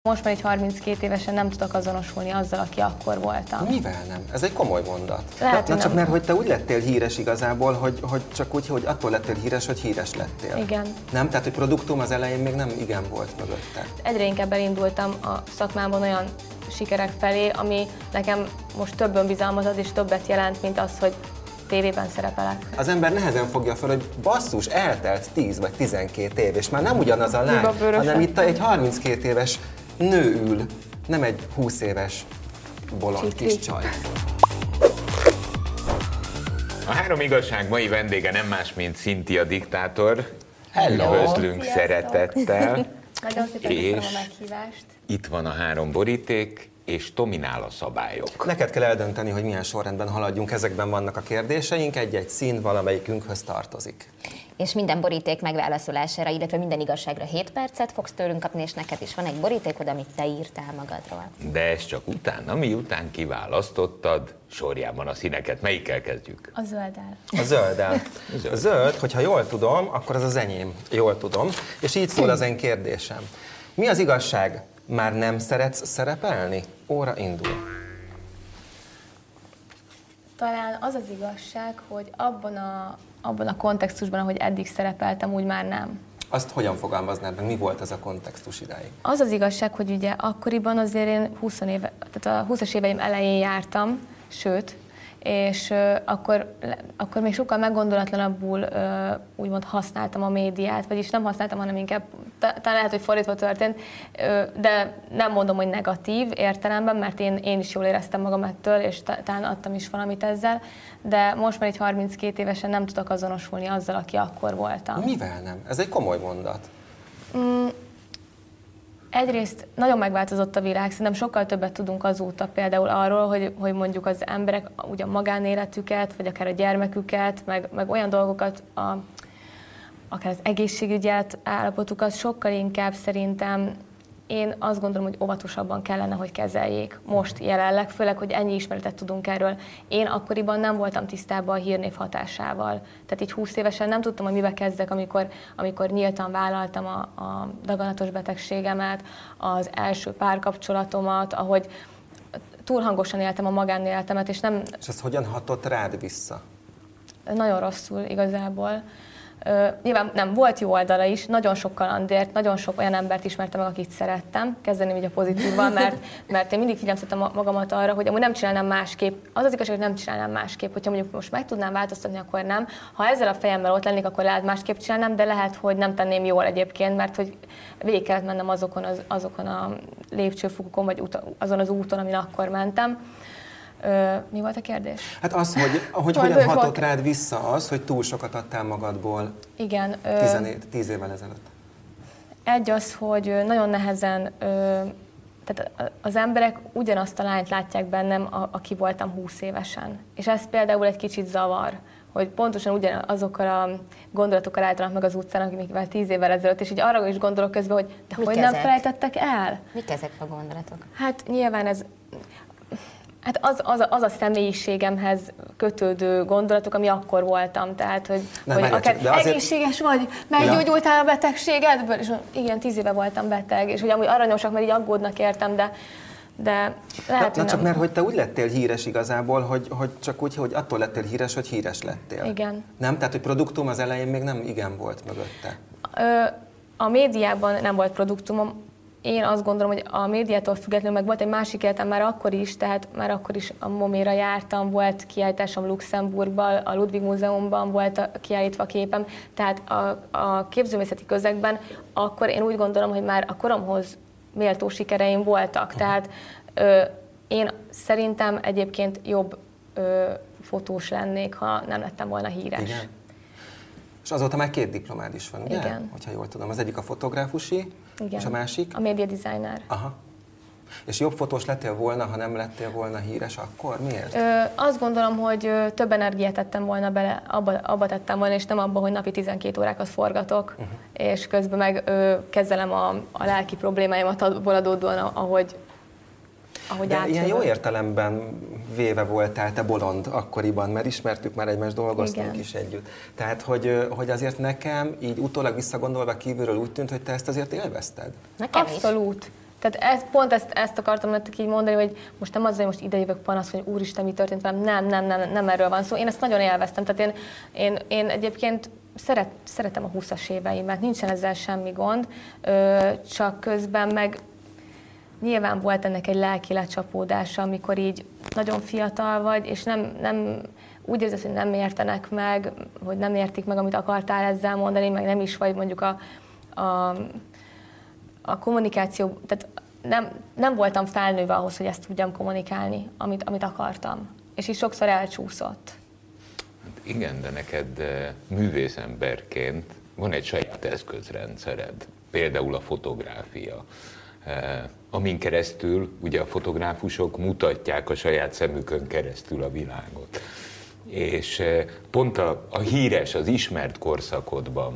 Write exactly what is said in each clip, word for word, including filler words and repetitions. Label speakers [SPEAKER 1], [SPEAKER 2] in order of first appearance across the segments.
[SPEAKER 1] Most már egy harminckét évesen nem tudok azonosulni azzal, aki akkor voltam.
[SPEAKER 2] Mivel nem? Ez egy komoly mondat.
[SPEAKER 1] Lehet,
[SPEAKER 2] na, na csak
[SPEAKER 1] nem.
[SPEAKER 2] mert hogy te úgy lettél híres igazából, hogy, hogy csak úgy, hogy attól lettél híres, hogy híres lettél.
[SPEAKER 1] Igen.
[SPEAKER 2] Nem? Tehát, hogy produktum az elején még nem igen volt mögötte.
[SPEAKER 1] Egyre inkább elindultam a szakmában olyan sikerek felé, ami nekem most több önbizalmat ad és többet jelent, mint az, hogy tévében szerepelek.
[SPEAKER 2] Az ember nehezen fogja fel, hogy basszus, eltelt tíz vagy tizenkét év, és már nem ugyanaz a lány, hanem itt egy harminckét éves nő ül, nem egy húsz éves bolond kis csaj.
[SPEAKER 3] A három igazság mai vendége nem más, mint Cynthia diktátor.
[SPEAKER 2] Hello!
[SPEAKER 3] Üdvözlünk szeretettel.
[SPEAKER 1] Nagyon szépen
[SPEAKER 3] És
[SPEAKER 1] köszönöm a meghívást.
[SPEAKER 3] itt van a három boríték, és dominál a szabályok.
[SPEAKER 2] Neked kell eldönteni, hogy milyen sorrendben haladjunk, ezekben vannak a kérdéseink, egy-egy szín valamelyikünkhöz tartozik.
[SPEAKER 4] És minden boríték megválaszolására, illetve minden igazságra hét percet fogsz tőlünk kapni, és neked is van egy borítékod, amit te írtál magadról.
[SPEAKER 3] De ez csak utána, miután kiválasztottad sorjában a színeket. Melyikkel kezdjük?
[SPEAKER 1] A zölddel.
[SPEAKER 2] A zölddel. A zöld, hogyha jól tudom, akkor az az enyém. Jól tudom. És így szól az én kérdésem. Mi az igazság? Már nem szeretsz szerepelni? Óra indul.
[SPEAKER 1] Talán az az igazság, hogy abban a, abban a kontextusban, ahogy eddig szerepeltem, úgy már nem.
[SPEAKER 2] Azt hogyan fogalmaznád meg? Mi volt ez a kontextus idáig?
[SPEAKER 1] Az az igazság, hogy ugye akkoriban azért én húsz éve, tehát a húszas éveim elején jártam, sőt, és uh, akkor, akkor még sokkal meggondolatlanabbul uh, úgymond használtam a médiát, vagyis nem használtam, hanem inkább, talán lehet, hogy fordítva történt, uh, de nem mondom, hogy negatív értelemben, mert én, én is jól éreztem magam ettől, és talán adtam is valamit ezzel, de most már egy harminckét évesen nem tudok azonosulni azzal, aki akkor voltam.
[SPEAKER 2] Mivel nem? Ez egy komoly mondat.
[SPEAKER 1] Mm, Egyrészt nagyon megváltozott a világ, szerintem sokkal többet tudunk azóta például arról, hogy, hogy mondjuk az emberek ugye a magánéletüket, vagy akár a gyermeküket, meg, meg olyan dolgokat, a, akár az egészségügyi állapotukat sokkal inkább szerintem én azt gondolom, hogy óvatosabban kellene, hogy kezeljék most jelenleg, főleg, hogy ennyi ismeretet tudunk erről. Én akkoriban nem voltam tisztában a hírnév hatásával. Tehát így húsz évesen nem tudtam, hogy mibe kezdek, amikor, amikor nyíltan vállaltam a, a daganatos betegségemet, az első párkapcsolatomat, ahogy túl hangosan éltem a magánéletemet, és nem...
[SPEAKER 2] És ez hogyan hatott rád vissza?
[SPEAKER 1] Nagyon rosszul igazából. Uh, nyilván nem, volt jó oldala is, nagyon sok kalandért, nagyon sok olyan embert ismertem meg, akit szerettem, kezdeném így a pozitívval, mert, mert én mindig figyelmeztettem magamat arra, hogy amúgy nem csinálnám másképp. Az az igazság, hogy nem csinálnám másképp, hogyha mondjuk most meg tudnám változtatni, akkor nem. Ha ezzel a fejemmel ott lennék, akkor lehet másképp csinálnám, de lehet, hogy nem tenném jól egyébként, mert hogy végig kellett mennem azokon, az, azokon a lépcsőfokokon, vagy uta, azon az úton, amin akkor mentem. Ö, mi volt a kérdés?
[SPEAKER 2] Hát az, hogy, hogy hogyan
[SPEAKER 1] Volt,
[SPEAKER 2] hatott
[SPEAKER 1] volt.
[SPEAKER 2] rád vissza az, hogy túl sokat adtál magadból
[SPEAKER 1] Igen. Ö,
[SPEAKER 2] tizené- tíz évvel ezelőtt.
[SPEAKER 1] Egy az, hogy nagyon nehezen, ö, tehát az emberek ugyanazt a lányt látják bennem, a, aki voltam húsz évesen. És ez például egy kicsit zavar, hogy pontosan ugyanazokkal a gondolatokkal álltanak meg az utcán, amikvel tíz évvel ezelőtt, és így arra is gondolok közben, hogy de
[SPEAKER 4] Mik
[SPEAKER 1] hogy
[SPEAKER 4] ezek?
[SPEAKER 1] nem felejtettek el?
[SPEAKER 4] Mik ezek a gondolatok?
[SPEAKER 1] Hát nyilván ez... Hát az, az, a, az a személyiségemhez kötődő gondolatok, ami akkor voltam, tehát, hogy,
[SPEAKER 2] Nem,
[SPEAKER 1] hogy
[SPEAKER 2] várjál
[SPEAKER 1] akár
[SPEAKER 2] csak, de azért-
[SPEAKER 1] egészséges vagy, meggyógyultál a betegségedből, és igen, tíz éve voltam beteg, és ugye amúgy aranyosak, mert így aggódnak értem, de, de lehet,
[SPEAKER 2] Na, na
[SPEAKER 1] hogy
[SPEAKER 2] csak
[SPEAKER 1] nem.
[SPEAKER 2] mert hogy te úgy lettél híres igazából, hogy, hogy csak úgy, hogy attól lettél híres, hogy híres lettél.
[SPEAKER 1] Igen.
[SPEAKER 2] Nem? Tehát, hogy produktum az elején még nem igen volt mögötte.
[SPEAKER 1] Ö, a médiában nem volt produktumom. Én azt gondolom, hogy a médiától függetlenül meg volt egy másik életem már akkor is, tehát már akkor is a Moméra jártam, volt kiállításom Luxemburgban, a Ludwig Múzeumban volt kiállítva képem, tehát a, a képzőművészeti közegben akkor én úgy gondolom, hogy már a koromhoz méltó sikereim voltak, tehát ö, én szerintem egyébként jobb ö, fotós lennék, ha nem lettem volna híres.
[SPEAKER 2] Igen. És azóta már két diplomád is van, ugye?
[SPEAKER 1] Igen.
[SPEAKER 2] Hogyha jól tudom. Az egyik a fotográfusi,
[SPEAKER 1] Igen.
[SPEAKER 2] és a másik?
[SPEAKER 1] A média designer.
[SPEAKER 2] Aha. És jobb fotós lettél volna, ha nem lettél volna híres, akkor miért?
[SPEAKER 1] Ö, azt gondolom, hogy ö, több energiát tettem volna bele, abba, abba tettem volna, és nem abba, hogy napi tizenkét órákat forgatok, uh-huh. és közben meg ö, kezelem a, a lelki problémáimat abból adódóan, ahogy, ahogy
[SPEAKER 2] De
[SPEAKER 1] átjövök.
[SPEAKER 2] ilyen jó értelemben véve voltál te bolond akkoriban, mert ismertük már egymást, dolgoztunk
[SPEAKER 1] Igen.
[SPEAKER 2] is együtt. Tehát, hogy, hogy azért nekem így utólag visszagondolva kívülről úgy tűnt, hogy te ezt azért élvezted.
[SPEAKER 4] Nekem is.
[SPEAKER 1] Abszolút. Tehát ez, pont ezt, ezt akartam nektek így mondani, hogy most nem az, hogy most ide jövök panasz, hogy úristen, mi történt velem, nem, nem, nem, nem erről van szó. Én ezt nagyon élveztem, tehát én, én, én egyébként szeret, szeretem a húszas éveimet, nincsen ezzel semmi gond, csak közben meg nyilván volt ennek egy lelki lecsapódása, amikor így nagyon fiatal vagy, és nem, nem úgy érzed, hogy nem értenek meg, hogy nem értik meg, amit akartál ezzel mondani, meg nem is vagy mondjuk a, a, a kommunikáció, tehát nem, nem voltam felnőve ahhoz, hogy ezt tudjam kommunikálni, amit, amit akartam. És így sokszor elcsúszott.
[SPEAKER 3] Hát igen, de neked művészemberként van egy saját eszközrendszered, például a fotográfia, amin keresztül ugye a fotográfusok mutatják a saját szemükön keresztül a világot. És pont a, a híres, az ismert korszakodban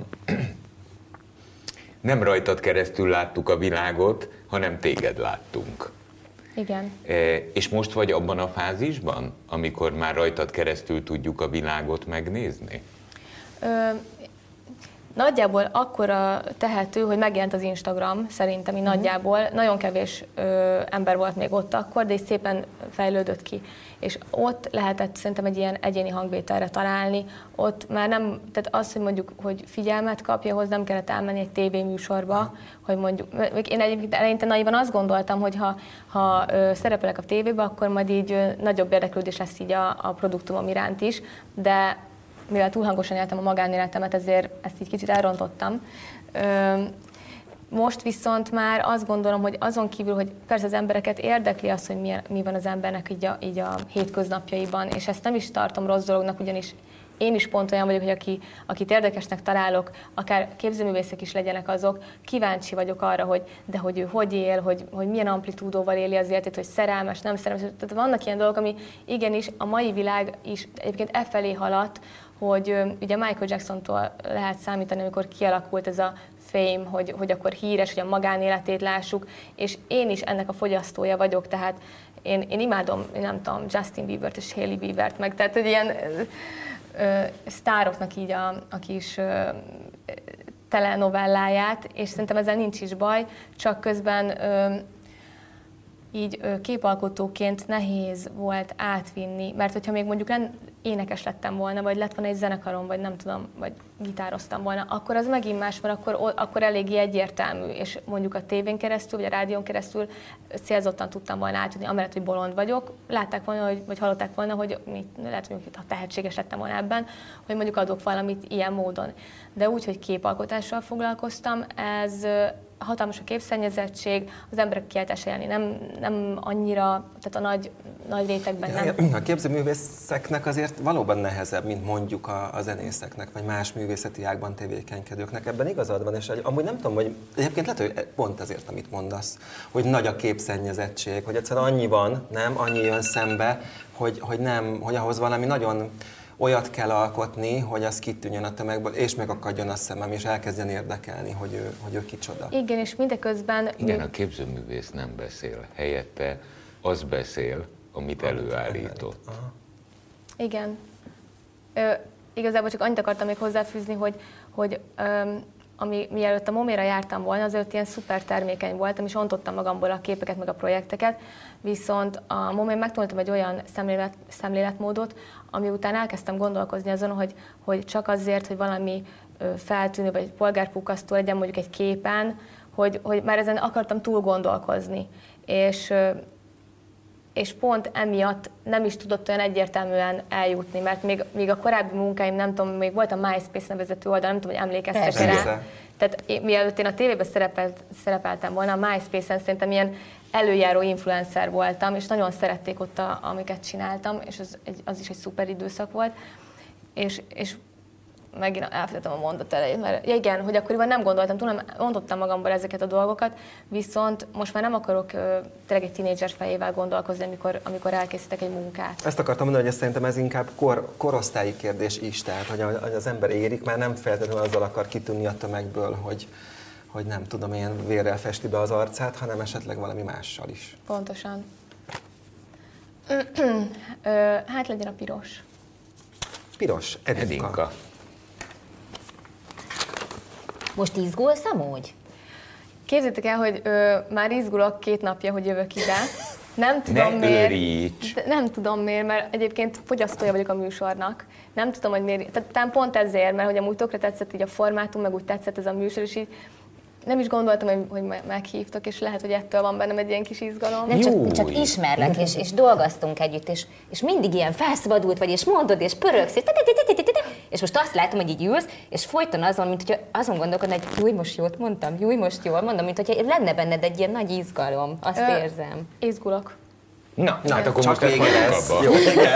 [SPEAKER 3] nem rajtad keresztül láttuk a világot, hanem téged láttunk.
[SPEAKER 1] Igen.
[SPEAKER 3] És most vagy abban a fázisban, amikor már rajtad keresztül tudjuk a világot megnézni?
[SPEAKER 1] Ö, nagyjából akkora tehető, hogy megjelent az Instagram, szerintem így mm. nagyjából. Nagyon kevés ö, ember volt még ott akkor, de így szépen fejlődött ki. És ott lehetett szerintem egy ilyen egyéni hangvételre találni. Ott már nem, tehát az, hogy mondjuk, hogy figyelmet kapja, ahhoz nem kellett elmenni egy tévéműsorba, hogy mondjuk, én egyébként eleinte naivan azt gondoltam, hogy ha, ha ö, szerepelek a tévébe, akkor majd így ö, nagyobb érdeklődés lesz így a, a produktumom iránt is, de mivel túl hangosan éltem a magánéletemet, ezért ezt így kicsit elrontottam. Ö, Most viszont már azt gondolom, hogy azon kívül, hogy persze az embereket érdekli az, hogy mi, mi van az embernek így a, így a hétköznapjaiban, és ezt nem is tartom rossz dolognak, ugyanis én is pont olyan vagyok, hogy aki, akit érdekesnek találok, akár képzőművészek is legyenek azok, kíváncsi vagyok arra, hogy de hogy ő hogy él, hogy, hogy milyen amplitúdóval éli az életét, hogy szerelmes, nem szerelmes. Tehát vannak ilyen dolgok, ami igenis a mai világ is egyébként e felé haladt, hogy ugye Michael Jacksontól lehet számítani, amikor kialakult ez a fame, hogy, hogy akkor híres, hogy a magánéletét lássuk, és én is ennek a fogyasztója vagyok, tehát én, én imádom, én nem tudom, Justin Biebert és Hailey Biebert meg, tehát hogy ilyen ö, ö, sztároknak így a, a kis ö, telenovelláját, és szerintem ezzel nincs is baj, csak közben ö, így ö, képalkotóként nehéz volt átvinni, mert hogyha még mondjuk len, énekes lettem volna, vagy lett volna egy zenekarom, vagy nem tudom, vagy gitároztam volna, akkor az megint más, mert akkor, akkor eléggé egyértelmű, és mondjuk a tévén keresztül, vagy a rádión keresztül célzottan tudtam volna átjutni, amellett, hogy bolond vagyok, látták volna, hogy, vagy hallották volna, hogy mit, lehet, hogy ha tehetséges lettem volna ebben, hogy mondjuk adok valamit ilyen módon. De úgy, hogy képalkotással foglalkoztam, ez hatalmas a képszennyezettség, az emberek kiáltása élni nem, nem annyira, tehát a nagy, nagy rétegben nem.
[SPEAKER 2] A képzőművészeknek azért valóban nehezebb, mint mondjuk a, a zenészeknek, vagy más művészeti ágban tevékenykedőknek. Ebben igazad van, és amúgy nem tudom, hogy egyébként lehet, hogy pont ezért, amit mondasz, hogy nagy a képszennyezettség, hogy egyszerűen annyi van, nem, annyi jön szembe, hogy, hogy nem, hogy ahhoz valami nagyon olyat kell alkotni, hogy az kitűnjön a tömegből, és megakadjon a szemem, és elkezdjen érdekelni, hogy ő, hogy ő kicsoda.
[SPEAKER 1] Igen, és mindeközben...
[SPEAKER 3] Igen, a képzőművész nem beszél. Helyette az beszél, amit előállított.
[SPEAKER 1] Igen. Ö, igazából csak annyit akartam még hozzáfűzni, hogy, hogy ö, ami, mielőtt a Moméra jártam volna, azért ilyen szuper termékeny voltam, és ontottam magamból a képeket, meg a projekteket, viszont a Momén megtanultam egy olyan szemlélet, szemléletmódot, ami után elkezdtem gondolkozni azon, hogy, hogy csak azért, hogy valami feltűnő vagy polgárpukkasztó legyen mondjuk egy képen, hogy, hogy már ezen akartam túl gondolkozni. És, és pont emiatt nem is tudott olyan egyértelműen eljutni, mert még, még a korábbi munkáim, nem tudom, még volt a MySpace nevezetű oldal, nem tudom, hogy emlékeztek rá. Tehát én, mielőtt én a tévében szerepelt, szerepeltem volna, a MySpace-en szerintem ilyen előjáró influencer voltam, és nagyon szerették ott, a, amiket csináltam, és az, egy, az is egy szuper időszak volt. És, és megint elfelejtettem a mondat elejét, mert ja igen, hogy akkoriban nem gondoltam túl, nem mondottam magamból ezeket a dolgokat, viszont most már nem akarok uh, tényleg egy tínédzser fejével gondolkozni, amikor, amikor elkészítek egy munkát.
[SPEAKER 2] Ezt akartam mondani, hogy szerintem ez inkább kor, korosztályi kérdés is, tehát hogy, hogy az ember érik, már nem feltétlenül azzal akar kitűnni a tömegből, hogy, hogy nem tudom, ilyen vérrel festi be az arcát, hanem esetleg valami mással is.
[SPEAKER 1] Pontosan. Hát legyen a piros.
[SPEAKER 2] Piros, Edinka. Edinka.
[SPEAKER 4] Most izgulsz amúgy?
[SPEAKER 1] Képzeljétek el, hogy ö, már izgulok két napja, hogy jövök ide. Nem tudom
[SPEAKER 3] ne
[SPEAKER 1] miért.
[SPEAKER 3] Őríts.
[SPEAKER 1] Nem tudom miért, mert egyébként fogyasztója vagyok a műsornak. Nem tudom, hogy miért. Tehát talán pont ezért, mert hogy amúgy tökre tetszett így a formátum, meg úgy tetszett ez a műsor, és így nem is gondoltam, hogy, hogy meghívtok, és lehet, hogy ettől van bennem egy ilyen kis izgalom.
[SPEAKER 4] Nem csak, csak ismerlek, és, és dolgoztunk együtt, és, és mindig ilyen felszabadult vagy, és mondod, és pörögsz, és, és most azt látom, hogy így ülsz, és folyton azon, mint hogyha azon gondolkodna, hogy júj, most jót mondtam, júj, most jól mondom, mint hogyha lenne benned egy ilyen nagy izgalom, azt Ö, érzem.
[SPEAKER 1] Izgulok.
[SPEAKER 3] Na, Na hát akkor
[SPEAKER 2] csak
[SPEAKER 3] most
[SPEAKER 2] vége lesz.
[SPEAKER 3] abba.
[SPEAKER 2] Jó,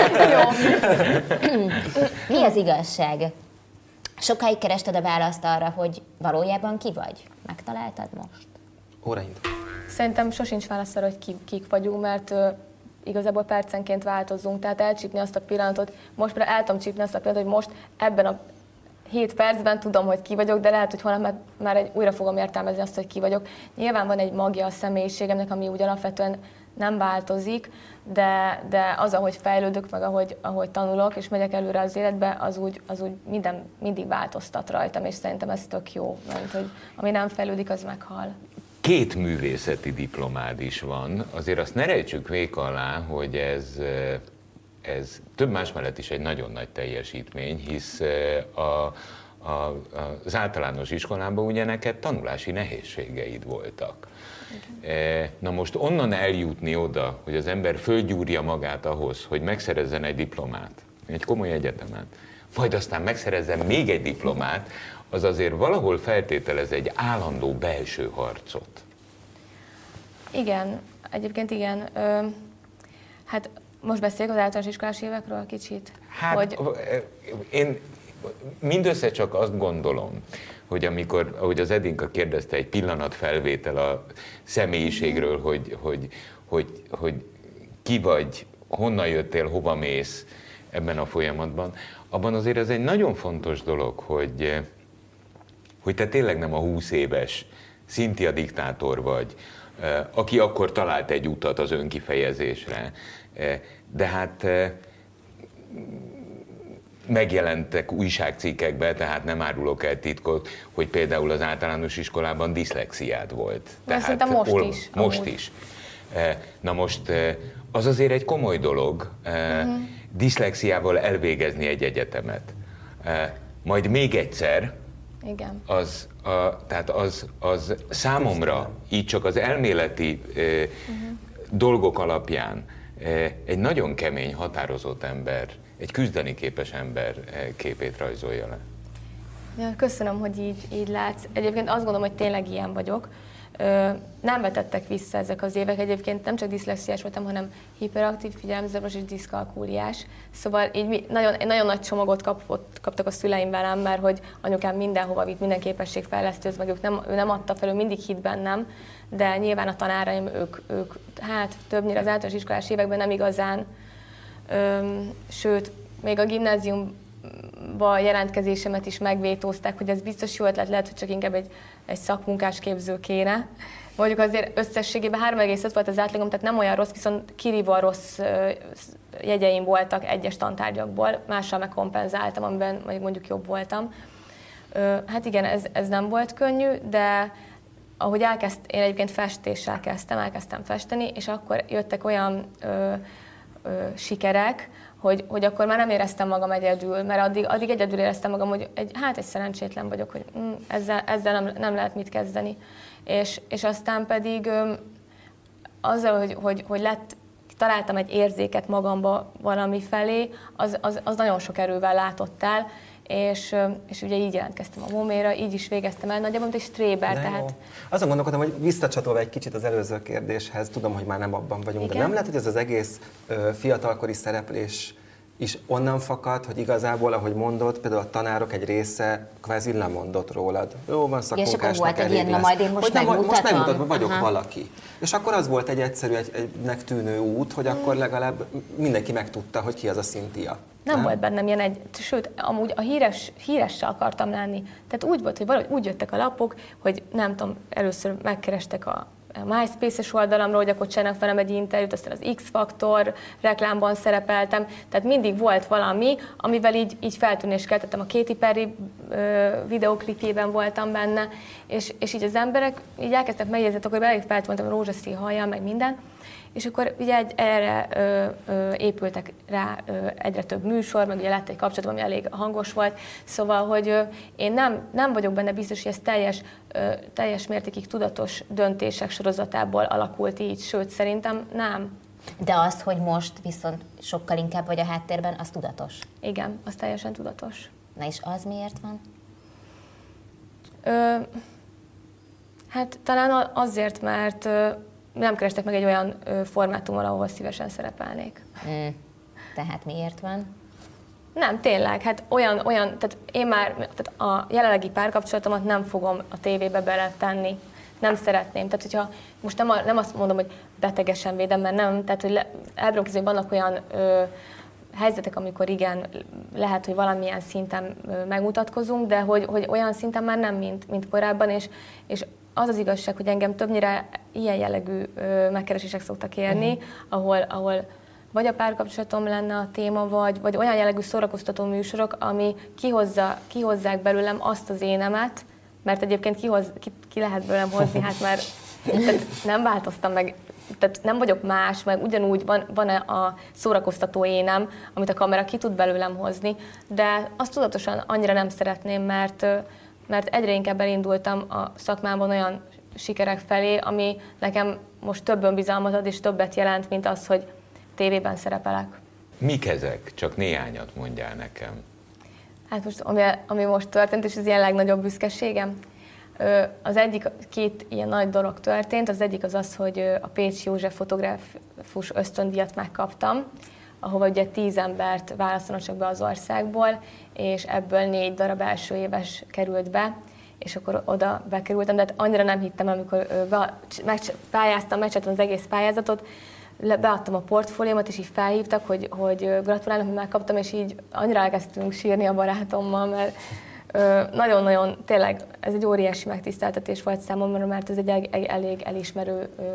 [SPEAKER 1] Jó.
[SPEAKER 4] Mi az igazság? Sokáig kerested a választ arra, hogy valójában ki vagy? Megtaláltad most?
[SPEAKER 2] Óraint.
[SPEAKER 1] Szerintem sosincs válasz arra, hogy ki, kik vagyunk, mert uh, igazából percenként változzunk, tehát elcsípni azt a pillanatot, most már el tudom csípni azt a pillanatot, hogy most ebben a hét percben tudom, hogy ki vagyok, de lehet, hogy holnap már, már egy, újra fogom értelmezni azt, hogy ki vagyok. Nyilván van egy magja a személyiségemnek, ami úgy alapvetően nem változik, de, de az, ahogy fejlődök, meg ahogy, ahogy tanulok, és megyek előre az életbe, az úgy, az úgy minden, mindig változtat rajtam, és szerintem ez tök jó, mert hogy ami nem fejlődik, az meghal.
[SPEAKER 3] Két művészeti diplomád is van, azért azt ne rejtsük vék alá, hogy ez, ez több más mellett is egy nagyon nagy teljesítmény, hisz a, a, az általános iskolában ugye neked tanulási nehézségeid voltak. Igen. Na most onnan eljutni oda, hogy az ember fölgyúrja magát ahhoz, hogy megszerezzen egy diplomát, egy komoly egyetemen, majd aztán megszerezzen még egy diplomát, az azért valahol feltételez egy állandó belső harcot.
[SPEAKER 1] Igen, egyébként igen. Ö, hát most beszéljük az általános iskolás évekről kicsit?
[SPEAKER 3] Hát
[SPEAKER 1] hogy...
[SPEAKER 3] én mindössze csak azt gondolom, hogy amikor, ahogy az Edinka kérdezte, egy pillanat felvétel a személyiségről, hogy, hogy, hogy, hogy ki vagy, honnan jöttél, hova mész ebben a folyamatban, abban azért ez egy nagyon fontos dolog, hogy, hogy te tényleg nem a húsz éves Cynthia diktátor vagy, aki akkor talált egy utat az önkifejezésre, de hát megjelentek újságcikkekben, tehát nem árulok el titkot, hogy például az általános iskolában diszlexiád volt.
[SPEAKER 1] Tehát szerintem most ol, is.
[SPEAKER 3] Most amúgy. is. Na most az azért egy komoly dolog, uh-huh. diszlexiával elvégezni egy egyetemet. Majd még egyszer,
[SPEAKER 1] igen.
[SPEAKER 3] Az, a, tehát az, az számomra, így csak az elméleti uh-huh. dolgok alapján egy nagyon kemény, határozott ember, egy küzdeni képes ember képét rajzolja le.
[SPEAKER 1] Ja, köszönöm, hogy így, így látsz. Egyébként azt gondolom, hogy tényleg ilyen vagyok. Ö, nem vetettek vissza ezek az évek. Egyébként nem csak diszlexiás voltam, hanem hiperaktív, figyelemzavaros és diszkalkúliás. Szóval így mi, nagyon, egy nagyon nagy csomagot kapott, kaptak a szüleim velem, mert hogy anyukám mindenhova vitt, minden képességfejlesztőz, meg ők nem, ő nem adta fel, ő mindig hitt bennem, de nyilván a tanáraim, ők, ők hát többnyire az általános iskolás években nem igazán, Öm, sőt, még a gimnáziumba jelentkezésemet is megvétózták, hogy ez biztos jó ötlet, lehet, hogy csak inkább egy, egy szakmunkás képző kéne. Mondjuk azért összességében három egész öt volt az átlagom, tehát nem olyan rossz, viszont kirívóan rossz jegyeim voltak egyes tantárgyakból, mással megkompenzáltam, amiben mondjuk jobb voltam. Hát igen, ez, ez nem volt könnyű, de ahogy elkezd, én egyébként festéssel kezdtem, elkezdtem festeni, és akkor jöttek olyan ö, ö, sikerek, hogy, hogy akkor már nem éreztem magam egyedül, mert addig, addig egyedül éreztem magam, hogy egy, hát egy szerencsétlen vagyok, hogy mm, ezzel, ezzel nem, nem lehet mit kezdeni. És, és aztán pedig ö, azzal, hogy, hogy, hogy lett, találtam egy érzéket magamba valami felé, az, az, az nagyon sok erővel látott el, és, és ugye így jelentkeztem a Moméra, így is végeztem el, nagyjából, mint egy stréber,
[SPEAKER 2] de
[SPEAKER 1] tehát...
[SPEAKER 2] Jó. Azon gondolkodom, hogy visszacsatolva egy kicsit az előző kérdéshez, tudom, hogy már nem abban vagyunk, igen? De nem lehet, hogy ez az egész ö, fiatalkori szereplés is onnan fakad, hogy igazából, ahogy mondod, például a tanárok egy része kvázi lemondott rólad. Jó, van szakmunkásnak, elég lesz.
[SPEAKER 4] Majd én most
[SPEAKER 2] hogy nem,
[SPEAKER 4] megmutatom.
[SPEAKER 2] most megmutatva vagyok
[SPEAKER 4] Aha.
[SPEAKER 2] valaki. És akkor az volt egy egyszerű, egy, egynek tűnő út, hogy akkor legalább mindenki megtudta, hogy ki az a Cynthia.
[SPEAKER 1] Nem, nem volt bennem ilyen egy, sőt, amúgy a híres, híressel akartam lenni. Tehát úgy volt, hogy valahogy úgy jöttek a lapok, hogy nem tudom, először megkerestek a MySpace-es oldalamról, hogy akkor csinálnak velem egy interjút, aztán az X-Factor reklámban szerepeltem, tehát mindig volt valami, amivel így, így feltűnést keltettem. A Katy Perry ö, videóklipjében voltam benne, és, és így az emberek így elkezdtek megjegyezni, akkor elég feltűntem rózsaszín hajjal, meg minden, és akkor ugye egy, erre ö, ö, épültek rá ö, egyre több műsor, meg ugye lett egy kapcsolatom, ami elég hangos volt, szóval, hogy ö, én nem, nem vagyok benne biztos, hogy ez teljes, ö, teljes mértékig tudatos döntések sorozatából alakult így, sőt, szerintem nem.
[SPEAKER 4] De az, hogy most viszont sokkal inkább vagy a háttérben, az tudatos?
[SPEAKER 1] Igen, az teljesen tudatos.
[SPEAKER 4] Na és az miért van?
[SPEAKER 1] Ö, hát talán azért, mert ö, nem kerestek meg egy olyan ö, formátummal, ahol szívesen szerepelnék.
[SPEAKER 4] Mm. Tehát miért van?
[SPEAKER 1] Nem, tényleg, hát olyan, olyan, tehát én már tehát a jelenlegi párkapcsolatomat nem fogom a tévébe beletenni. Nem szeretném. Tehát, hogyha most nem, a, nem azt mondom, hogy betegesen védem, mert nem, tehát, hogy elbírom képzelni, hogy vannak olyan ö, helyzetek, amikor igen, lehet, hogy valamilyen szinten ö, megmutatkozunk, de hogy, hogy olyan szinten már nem, mint, mint korábban, és, és az az igazság, hogy engem többnyire ilyen jellegű ö, megkeresések szoktak érni, uh-huh. ahol, ahol vagy a párkapcsolatom lenne a téma, vagy, vagy olyan jellegű szórakoztató műsorok, ami kihozza, kihozzák belőlem azt az énemet, mert egyébként kihoz, ki, ki lehet belőlem hozni, hát már tehát nem változtam meg, tehát nem vagyok más, meg ugyanúgy van, van a szórakoztató énem, amit a kamera ki tud belőlem hozni, de azt tudatosan annyira nem szeretném, mert, mert egyre inkább elindultam a szakmában olyan sikerek felé, ami nekem most több önbizalmat ad és többet jelent, mint az, hogy tévében szerepelek.
[SPEAKER 3] Mik ezek? Csak néhányat mondjál nekem.
[SPEAKER 1] Hát most, ami, ami most történt, és ez ilyen legnagyobb büszkeségem, az egyik, két ilyen nagy dolog történt, az egyik az az, hogy a Pécs József fotográfus ösztöndíjat megkaptam, ahova ugye tíz embert választanak csak be az országból, és ebből négy darab első éves került be, és akkor oda bekerültem, de hát annyira nem hittem, amikor be, meg, pályáztam, megcsináltam az egész pályázatot, beadtam a portfóliómat, és így felhívtak, hogy, hogy gratulálnak, hogy megkaptam, és így annyira elkezdtünk sírni a barátommal, mert nagyon-nagyon, tényleg ez egy óriási megtiszteltetés volt számomra, mert ez egy elég, elég elismerő ö,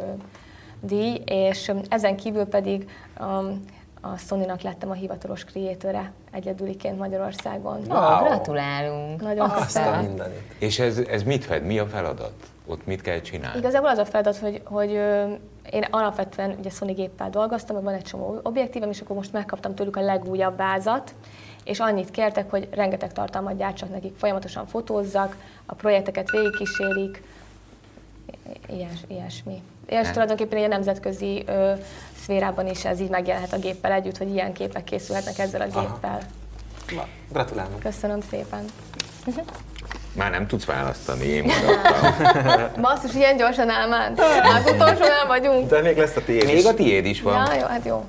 [SPEAKER 1] díj, és ezen kívül pedig um, a Sony-nak lettem a hivatalos creator-e egyedüliként Magyarországon.
[SPEAKER 4] Wow. Oh, gratulálunk!
[SPEAKER 1] Nagyon köszönöm.
[SPEAKER 3] És ez, ez mit fed? Mi a feladat? Ott mit kell csinálni?
[SPEAKER 1] Igazából az a feladat, hogy, hogy ö, én alapvetően ugye Sony géppel dolgoztam, meg van egy csomó objektívem, és akkor most megkaptam tőlük a legújabb vázat, és annyit kértek, hogy rengeteg tartalmat gyártsak nekik, folyamatosan fotózzak, a projekteket végigkísérik, ilyes, ilyesmi. És tulajdonképpen egy nemzetközi ö, szférában is ez így megjelenhet a géppel együtt, hogy ilyen képek készülhetnek ezzel a géppel.
[SPEAKER 2] Aha. Gratulálunk!
[SPEAKER 1] Köszönöm szépen!
[SPEAKER 3] Már nem tudsz választani, én maradtam.
[SPEAKER 1] Basszus, ilyen gyorsan elment. Az utolsónál vagyunk.
[SPEAKER 2] De még lesz a tiéd is.
[SPEAKER 3] Még a tiéd is van.
[SPEAKER 1] Ja, jó, hát jó.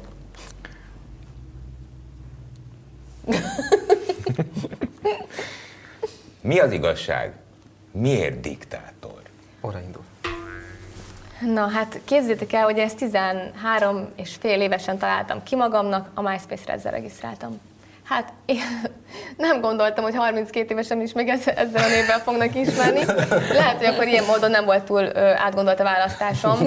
[SPEAKER 3] Mi az igazság? Miért diktátor?
[SPEAKER 2] Óra indul.
[SPEAKER 1] Na hát képzeljétek el, hogy ezt tizenhárom és fél évesen találtam ki magamnak, a MySpace-re ezzel regisztráltam. Hát én nem gondoltam, hogy harminckét évesen is még ezzel a névvel fognak ismerni. Lehet, hogy akkor ilyen módon nem volt túl ö, átgondolt a választásom.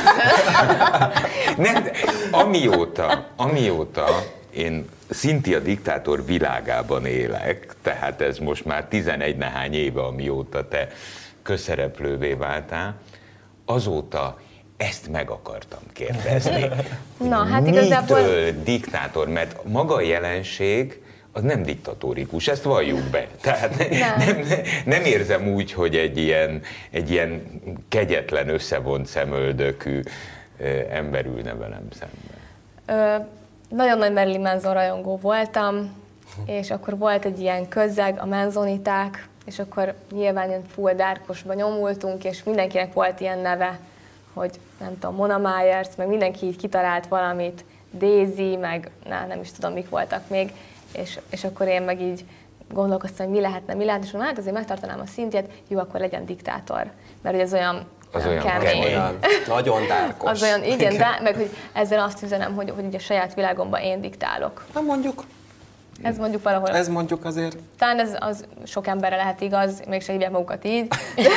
[SPEAKER 3] Nem, de amióta, amióta én Cynthia diktátor világában élek, tehát ez most már tizenegy nehány éve, amióta te közszereplővé váltál, azóta ezt meg akartam kérdezni.
[SPEAKER 1] Na, hát igazából...
[SPEAKER 3] Mitől diktátor? Mert maga a jelenség az nem diktatórikus, ezt valljuk be. Tehát ne, nem. Nem, nem érzem úgy, hogy egy ilyen, egy ilyen kegyetlen, összevont szemöldökű ember ülne velem szemben.
[SPEAKER 1] Ö, nagyon nagy Marilyn Manson rajongó voltam, és akkor volt egy ilyen közeg, a Manzoniták, és akkor nyilván ilyen full dárkosba nyomultunk, és mindenkinek volt ilyen neve, hogy nem tudom, Mona Myers, meg mindenki így kitalált valamit, Daisy, meg na, nem is tudom, mik voltak még, és, és akkor én meg így gondolkoztam, hogy mi lehetne, mi lehetne, és mondom, hát azért megtartanám a Cynthiát, jó, akkor legyen diktátor, mert hogy ez olyan,
[SPEAKER 3] az
[SPEAKER 1] olyan,
[SPEAKER 3] olyan
[SPEAKER 1] kemény.
[SPEAKER 2] Olyan, nagyon dárkos.
[SPEAKER 1] Az olyan, igen, de, meg hogy ezzel azt üzenem, hogy, hogy ugye a saját világomban én diktálok.
[SPEAKER 2] Na mondjuk,
[SPEAKER 1] Ez mondjuk valahol...
[SPEAKER 2] Ez mondjuk azért...
[SPEAKER 1] Talán ez az sok emberre lehet igaz, mégse hívják magukat így.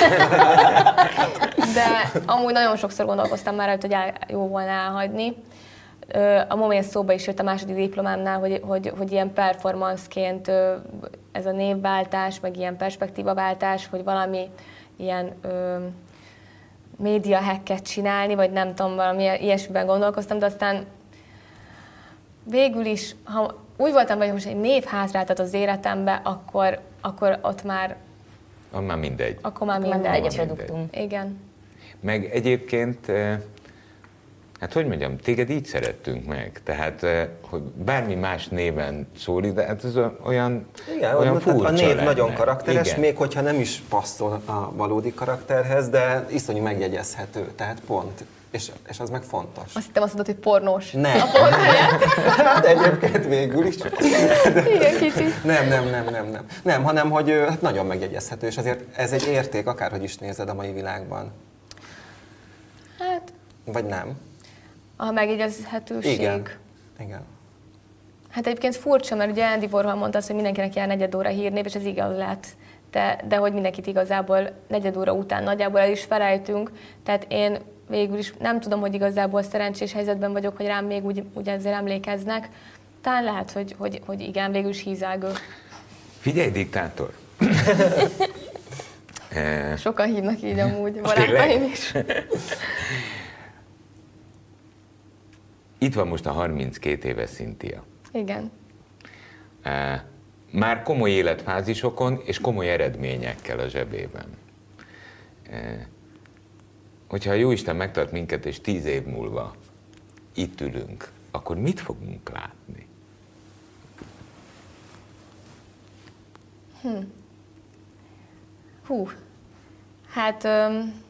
[SPEAKER 1] De amúgy nagyon sokszor gondolkoztam már, hogy el, jó volna elhagyni. A moment szóba is jött a második diplomámnál, hogy, hogy, hogy ilyen performanceként ez a névváltás, meg ilyen perspektívaváltás, hogy valami ilyen ö, média hacket csinálni, vagy nem tudom, valami ilyesmiben gondolkoztam, de aztán végül is, ha úgy voltam, hogy most egy név hátráltat az életembe, akkor, akkor ott már...
[SPEAKER 3] Akkor már mindegy.
[SPEAKER 1] Akkor már mindegy.
[SPEAKER 4] Mindegy a produktum.
[SPEAKER 1] Igen.
[SPEAKER 3] Meg egyébként, hát hogy mondjam, téged így szerettünk meg. Tehát, hogy bármi más néven szólít, de hát ez olyan,
[SPEAKER 2] igen,
[SPEAKER 3] olyan furcsa
[SPEAKER 2] a név
[SPEAKER 3] lenne.
[SPEAKER 2] nagyon karakteres,
[SPEAKER 3] igen.
[SPEAKER 2] még hogyha nem is passzol a valódi karakterhez, de iszonyú megjegyezhető, tehát pont. És, és az meg fontos.
[SPEAKER 1] Azt hittem azt mondod, hogy pornós.
[SPEAKER 2] Nem. A porn helyett? Hát egyébként végül is.
[SPEAKER 1] De, igen, kicsit.
[SPEAKER 2] Nem, nem, nem, nem, nem. Nem, hanem, hogy hát nagyon megjegyezhető, és azért ez egy érték, akárhogy is nézed a mai világban.
[SPEAKER 1] Hát...
[SPEAKER 2] Vagy nem?
[SPEAKER 1] A megjegyezhetőség.
[SPEAKER 2] Igen. Igen.
[SPEAKER 1] Hát egyébként furcsa, mert ugye Andy Warhol mondta azt, hogy mindenkinek jár negyed óra hírnév, és ez igaz lett. De, de hogy mindenkit igazából negyed óra után nagyjából el is felejtünk. Tehát én végül is nem tudom, hogy igazából szerencsés helyzetben vagyok, hogy rám még úgy, úgy ezzel emlékeznek. Talán lehet, hogy, hogy, hogy igen, végül is hízelgő.
[SPEAKER 3] Figyelj, diktátor!
[SPEAKER 1] Sokan hívnak így amúgy, barátaim is.
[SPEAKER 3] Itt van most a harminckét éves Cynthia.
[SPEAKER 1] Igen.
[SPEAKER 3] Már komoly életfázisokon és komoly eredményekkel a zsebében. Hogyha a Jóisten megtart minket, és tíz év múlva itt ülünk, akkor mit fogunk látni?
[SPEAKER 1] Hm. Hú. Hát öm,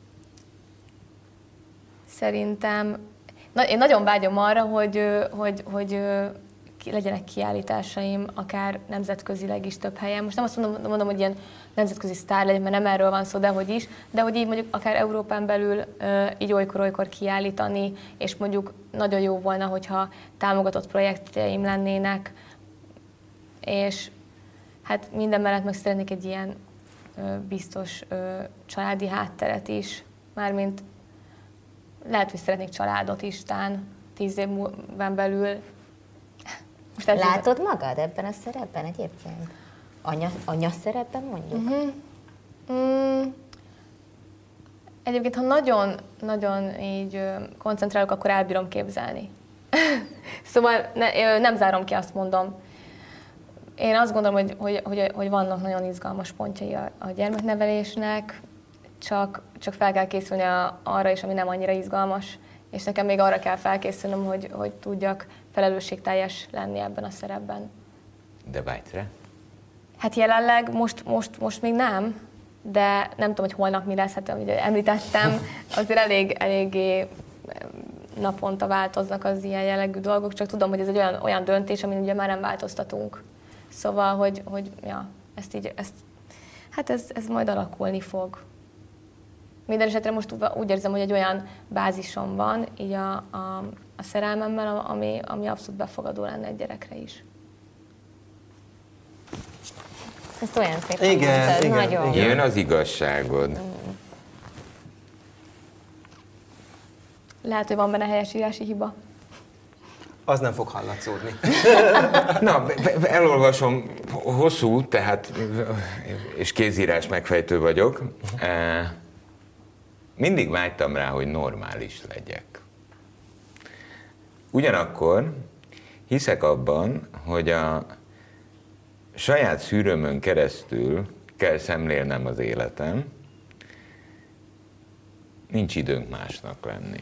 [SPEAKER 1] szerintem, na, én nagyon vágyom arra, hogy, hogy, hogy ki, legyenek kiállításaim, akár nemzetközileg is több helyen. Most nem azt mondom, mondom hogy ilyen nemzetközi sztár legyen, mert nem erről van szó, de hogy is, de hogy így mondjuk akár Európán belül így olykor-olykor kiállítani, és mondjuk nagyon jó volna, hogyha támogatott projektjeim lennének, és hát minden mellett meg szeretnék egy ilyen biztos családi hátteret is, mármint lehet, hogy szeretnék családot is, tán tíz évben belül.
[SPEAKER 4] Most látod magad ebben a szerepben egyébként? Anya, anya szerepben mondjuk? Uh-huh.
[SPEAKER 1] Mm. Egyébként, ha nagyon, nagyon így koncentrálok, akkor elbírom képzelni. Szóval ne, nem zárom ki, azt mondom. Én azt gondolom, hogy, hogy, hogy, hogy vannak nagyon izgalmas pontjai a, a gyermeknevelésnek, csak, csak fel kell készülni a, arra is, ami nem annyira izgalmas, és nekem még arra kell felkészülnöm, hogy, hogy tudjak felelősségteljes lenni ebben a szerepben.
[SPEAKER 3] De vágysz rá?
[SPEAKER 1] Hát jelenleg most, most, most még nem, de nem tudom, hogy holnap mi lesz, hát ahogy említettem, azért elég, eléggé naponta változnak az ilyen jellegű dolgok, csak tudom, hogy ez egy olyan, olyan döntés, amin ugye már nem változtatunk. Szóval, hogy, hogy ja, ezt így, ezt, hát ez, ez majd alakulni fog. Minden esetre most úgy érzem, hogy egy olyan bázisom van így a, a, a szerelmemmel, ami, ami abszolút befogadó lenne egy gyerekre is.
[SPEAKER 4] Ezt olyan szépen
[SPEAKER 2] igen,
[SPEAKER 4] mondtad,
[SPEAKER 2] igen,
[SPEAKER 4] nagyon.
[SPEAKER 3] Igen. Jön az igazságod. Mm.
[SPEAKER 1] Lehet, hogy van benne helyesírási hiba.
[SPEAKER 2] Az nem fog hallatszódni.
[SPEAKER 3] Na, elolvasom, hosszú, tehát, és kézírás megfejtő vagyok. Mindig vágytam rá, hogy normális legyek. Ugyanakkor hiszek abban, hogy a saját szűrőmön keresztül kell szemlélnem az életem, nincs időnk másnak lenni.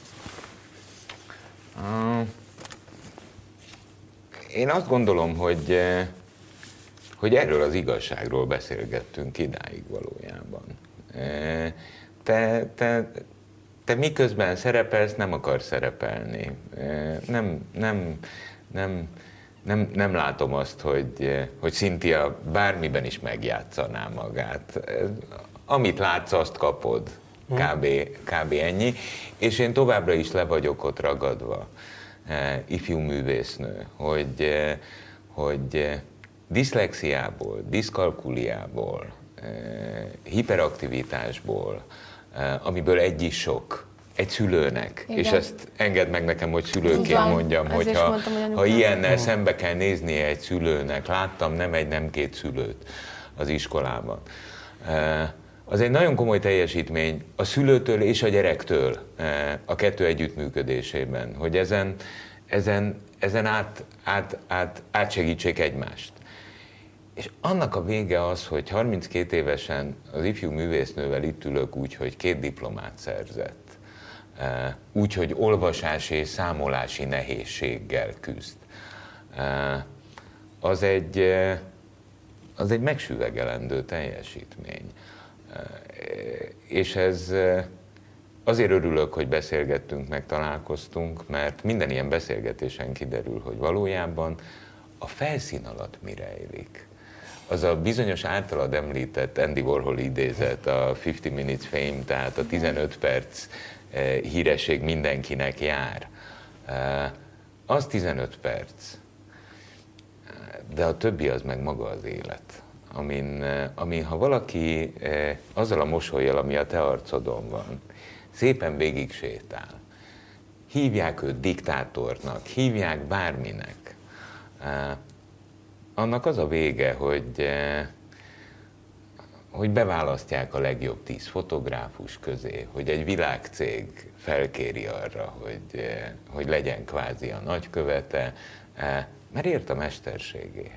[SPEAKER 3] Én azt gondolom, hogy, hogy erről az igazságról beszélgettünk idáig valójában. Te, te, te miközben szerepelsz, nem akarsz szerepelni. Nem, nem, nem, nem, nem látom azt, hogy, hogy Cynthia bármiben is megjátszaná magát. Amit látsz, azt kapod. Kb, kb. Ennyi. És én továbbra is le vagyok ott ragadva, ifjú művésznő, hogy, hogy diszlexiából, diszkalkuliából, hiperaktivitásból, amiből egy is sok, egy szülőnek, igen. És ezt engedd meg nekem, hogy szülőként igen. mondjam, hogy ha, mondtam, hogy ha ilyennel szembe kell néznie egy szülőnek, láttam nem egy, nem két szülőt az iskolában. Az egy nagyon komoly teljesítmény a szülőtől és a gyerektől a kettő együttműködésében, hogy ezen, ezen, ezen át, át, át, átsegítsék egymást. És annak a vége az, hogy harminckét évesen az ifjú művésznővel itt ülök úgy, hogy két diplomát szerzett. Úgy, hogy olvasási és számolási nehézséggel küzd. Az egy, az egy megsüvegelendő teljesítmény. És ez azért örülök, hogy beszélgettünk, meg találkoztunk, mert minden ilyen beszélgetésen kiderül, hogy valójában a felszín alatt mi rejlik. Az a bizonyos általad említett Andy Warhol idézet, a fifty minutes fame, tehát a tizenöt perc híresség mindenkinek jár. Az tizenöt perc, de a többi az meg maga az élet. Amin, amin ha valaki azzal a mosollyal, ami a te arcodon van, szépen végig sétál, hívják őt diktátornak, hívják bárminek, annak az a vége, hogy, hogy beválasztják a legjobb tíz fotográfus közé, hogy egy világcég felkéri arra, hogy, hogy legyen kvázi a nagykövete, mert ért a mesterségéhez.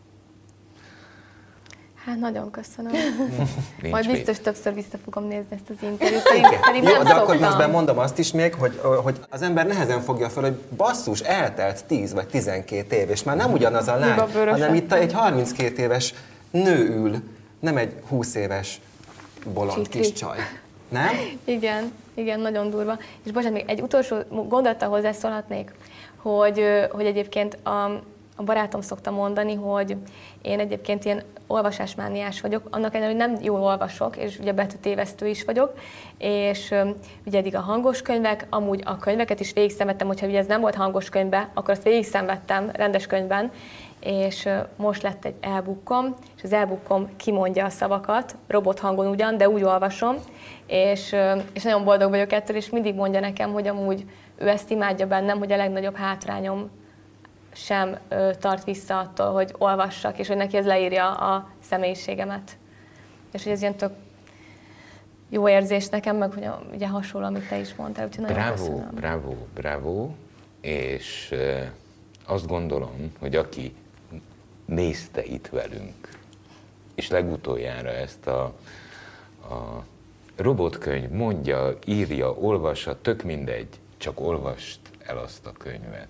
[SPEAKER 1] Hát nagyon köszönöm.
[SPEAKER 2] Majd
[SPEAKER 1] biztos mit. Többször vissza fogom nézni ezt az interjút, pedig, pedig nem
[SPEAKER 2] Jó, de
[SPEAKER 1] szoktam.
[SPEAKER 2] akkor közben mondom azt is még, hogy, hogy az ember nehezen fogja fel, hogy basszus, eltelt tíz vagy tizenkét év, és már nem ugyanaz a lány, hanem itt egy harminckét éves nő ül, nem egy húsz éves bolond Csitli. Kis csaj. Nem?
[SPEAKER 1] Igen, igen, nagyon durva. És bocsánat, még egy utolsó gondolattal hozzászólhatnék, hogy, hogy egyébként a, a barátom szokta mondani, hogy én egyébként ilyen olvasásmániás vagyok, annak ellenére, hogy nem jól olvasok, és ugye betűtévesztő is vagyok, és ugye eddig a hangos könyvek, amúgy a könyveket is végigszenvedtem, hogyha ugye ez nem volt hangos könyvben, akkor azt végigszenvedtem rendes könyvben, és most lett egy e-bookom, és az e-bookom kimondja a szavakat, robothangon ugyan, de úgy olvasom, és, és nagyon boldog vagyok ettől, és mindig mondja nekem, hogy amúgy ő ezt imádja bennem, hogy a legnagyobb hátrányom sem ö, tart vissza attól, hogy olvassak, és hogy neki ez leírja a személyiségemet. És hogy ez ilyen tök jó érzés nekem, meg hogy ugye hasonló, amit te is mondtál, úgyhogy nagyon
[SPEAKER 3] bravo,
[SPEAKER 1] köszönöm.
[SPEAKER 3] bravo, bravo, és ö, azt gondolom, hogy aki nézte itt velünk, és legutoljára ezt a, a robotkönyv mondja, írja, olvassa, tök mindegy, csak olvast el azt a könyvet.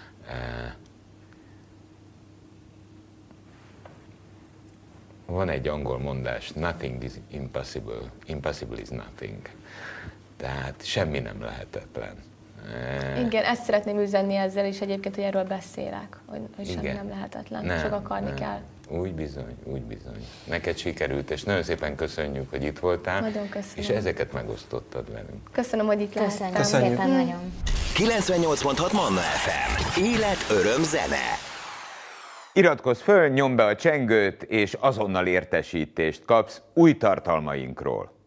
[SPEAKER 3] Van egy angol mondás, nothing is impossible, impossible is nothing. Tehát semmi nem lehetetlen.
[SPEAKER 1] Igen, ezt szeretném üzenni ezzel is egyébként, hogy erről beszélek, hogy, hogy semmi nem lehetetlen, nem, csak akarni nem. kell.
[SPEAKER 3] Úgy bizony, úgy bizony. Neked sikerült, és nagyon szépen köszönjük, hogy itt voltál.
[SPEAKER 1] Nagyon köszönöm.
[SPEAKER 3] És ezeket megosztottad velünk.
[SPEAKER 1] Köszönöm, hogy itt
[SPEAKER 4] lehettem.
[SPEAKER 2] Köszönjük
[SPEAKER 4] szépen nagyon.
[SPEAKER 5] kilencvennyolc pont hat Manna ef em. Élet, öröm, zene.
[SPEAKER 3] Iratkozz föl, nyomd be a csengőt, és azonnal értesítést kapsz új tartalmainkról.